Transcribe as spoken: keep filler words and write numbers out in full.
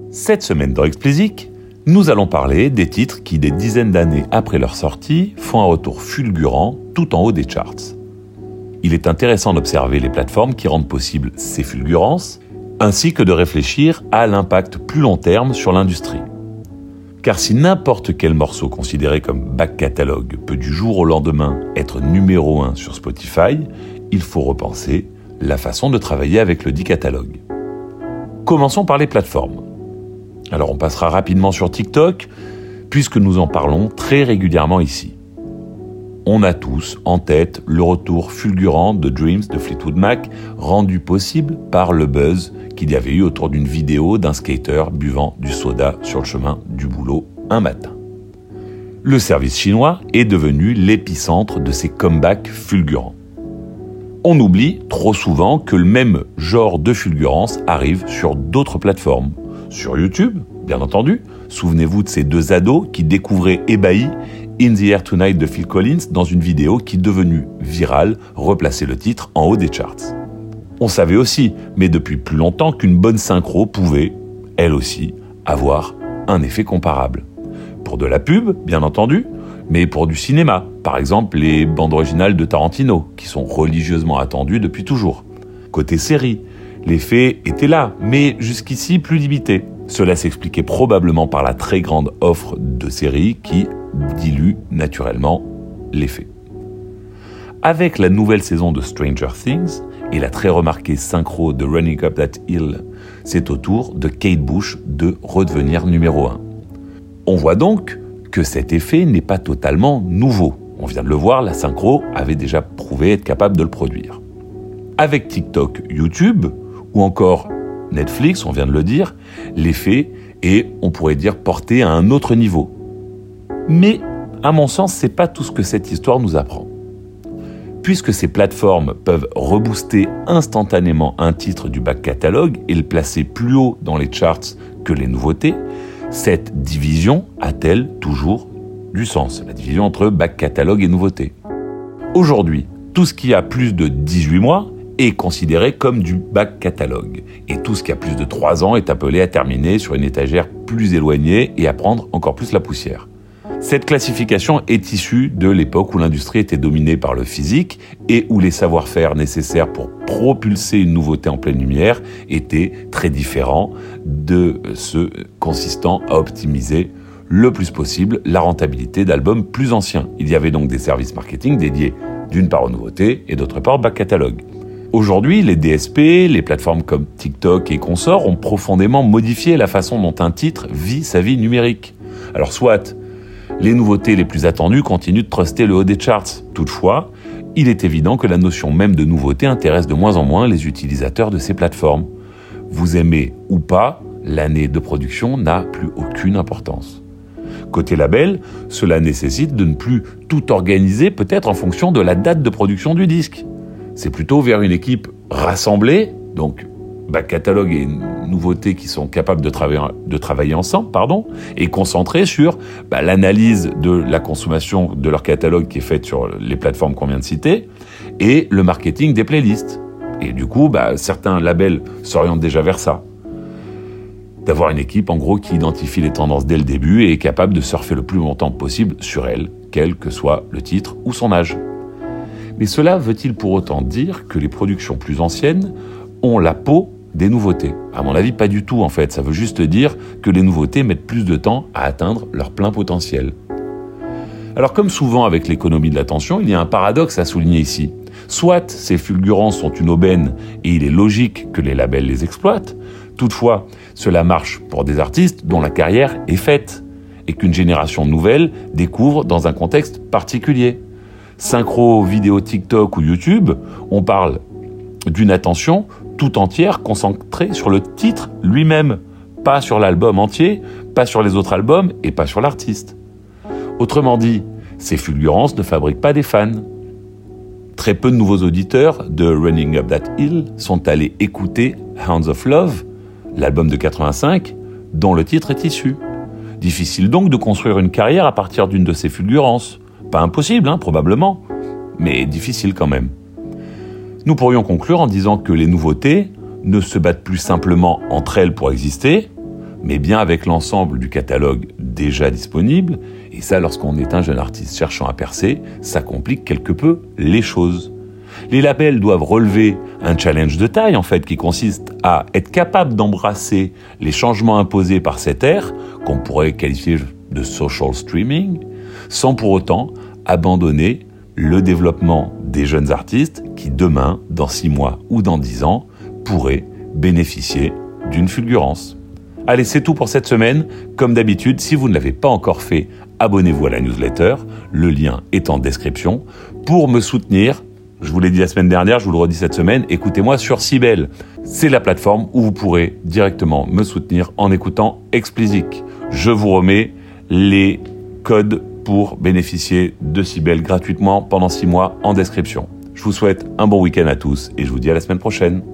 Cette semaine dans Explicit, nous allons parler des titres qui, des dizaines d'années après leur sortie, font un retour fulgurant tout en haut des charts. Il est intéressant d'observer les plateformes qui rendent possible ces fulgurances, ainsi que de réfléchir à l'impact plus long terme sur l'industrie. Car si n'importe quel morceau considéré comme back catalogue peut du jour au lendemain être numéro un sur Spotify, il faut repenser la façon de travailler avec le dit catalogue. Commençons par les plateformes. Alors on passera rapidement sur TikTok, puisque nous en parlons très régulièrement ici. On a tous en tête le retour fulgurant de Dreams de Fleetwood Mac, rendu possible par le buzz qu'il y avait eu autour d'une vidéo d'un skater buvant du soda sur le chemin du boulot un matin. Le service chinois est devenu l'épicentre de ces comebacks fulgurants. On oublie trop souvent que le même genre de fulgurance arrive sur d'autres plateformes. Sur YouTube, bien entendu, souvenez-vous de ces deux ados qui découvraient ébahis In the Air Tonight de Phil Collins dans une vidéo qui, devenue virale, replaçait le titre en haut des charts. On savait aussi, mais depuis plus longtemps, qu'une bonne synchro pouvait, elle aussi, avoir un effet comparable. Pour de la pub, bien entendu, mais pour du cinéma, par exemple les bandes originales de Tarantino, qui sont religieusement attendues depuis toujours. Côté série, l'effet était là, mais jusqu'ici plus limité. Cela s'expliquait probablement par la très grande offre de séries qui dilue naturellement l'effet. Avec la nouvelle saison de Stranger Things et la très remarquée synchro de Running Up That Hill, c'est au tour de Kate Bush de redevenir numéro un. On voit donc que cet effet n'est pas totalement nouveau. On vient de le voir, la synchro avait déjà prouvé être capable de le produire. Avec TikTok, YouTube, ou encore Netflix, on vient de le dire, l'effet est, on pourrait dire, porté à un autre niveau. Mais, à mon sens, c'est pas tout ce que cette histoire nous apprend. Puisque ces plateformes peuvent rebooster instantanément un titre du back catalogue et le placer plus haut dans les charts que les nouveautés, cette division a-t-elle toujours du sens, la division entre back catalogue et nouveautés? Aujourd'hui, tout ce qui a plus de dix-huit mois est considéré comme du back catalogue, et tout ce qui a plus de trois ans est appelé à terminer sur une étagère plus éloignée et à prendre encore plus la poussière. Cette classification est issue de l'époque où l'industrie était dominée par le physique et où les savoir-faire nécessaires pour propulser une nouveauté en pleine lumière étaient très différents de ceux consistant à optimiser le plus possible la rentabilité d'albums plus anciens. Il y avait donc des services marketing dédiés d'une part aux nouveautés et d'autre part au back catalogue. Aujourd'hui, les D S P, les plateformes comme TikTok et consorts ont profondément modifié la façon dont un titre vit sa vie numérique. Alors soit les nouveautés les plus attendues continuent de truster le haut des charts. Toutefois, il est évident que la notion même de nouveauté intéresse de moins en moins les utilisateurs de ces plateformes. Vous aimez ou pas, l'année de production n'a plus aucune importance. Côté label, cela nécessite de ne plus tout organiser peut-être en fonction de la date de production du disque. C'est plutôt vers une équipe rassemblée, donc back catalogue et nouveautés qui sont capables de travailler, de travailler ensemble, pardon, et concentrés sur bah, l'analyse de la consommation de leur catalogue qui est faite sur les plateformes qu'on vient de citer, et le marketing des playlists. Et du coup, bah, certains labels s'orientent déjà vers ça. D'avoir une équipe, en gros, qui identifie les tendances dès le début et est capable de surfer le plus longtemps possible sur elles, quel que soit le titre ou son âge. Mais cela veut-il pour autant dire que les productions plus anciennes ont la peau des nouveautés? À mon avis, pas du tout en fait. Ça veut juste dire que les nouveautés mettent plus de temps à atteindre leur plein potentiel. Alors comme souvent avec l'économie de l'attention, il y a un paradoxe à souligner ici. Soit ces fulgurances sont une aubaine et il est logique que les labels les exploitent. Toutefois, cela marche pour des artistes dont la carrière est faite et qu'une génération nouvelle découvre dans un contexte particulier. Synchro, vidéo TikTok ou YouTube, on parle d'une attention tout entière concentrée sur le titre lui-même, pas sur l'album entier, pas sur les autres albums et pas sur l'artiste. Autrement dit, ces fulgurances ne fabriquent pas des fans. Très peu de nouveaux auditeurs de Running Up That Hill sont allés écouter Hounds of Love, l'album de quatre-vingt-cinq, dont le titre est issu. Difficile donc de construire une carrière à partir d'une de ces fulgurances. Pas impossible, hein, probablement, mais difficile quand même. Nous pourrions conclure en disant que les nouveautés ne se battent plus simplement entre elles pour exister, mais bien avec l'ensemble du catalogue déjà disponible. Et ça, lorsqu'on est un jeune artiste cherchant à percer, ça complique quelque peu les choses. Les labels doivent relever un challenge de taille, en fait, qui consiste à être capable d'embrasser les changements imposés par cette ère, qu'on pourrait qualifier de social streaming, sans pour autant abandonner le développement des jeunes artistes qui, demain, dans six mois ou dans dix ans, pourraient bénéficier d'une fulgurance. Allez, c'est tout pour cette semaine. Comme d'habitude, si vous ne l'avez pas encore fait, abonnez-vous à la newsletter. Le lien est en description. Pour me soutenir, je vous l'ai dit la semaine dernière, je vous le redis cette semaine, écoutez-moi sur Sibel. C'est la plateforme où vous pourrez directement me soutenir en écoutant Explicit. Je vous remets les codes pour bénéficier de Sibel gratuitement pendant six mois en description. Je vous souhaite un bon week-end à tous et je vous dis à la semaine prochaine.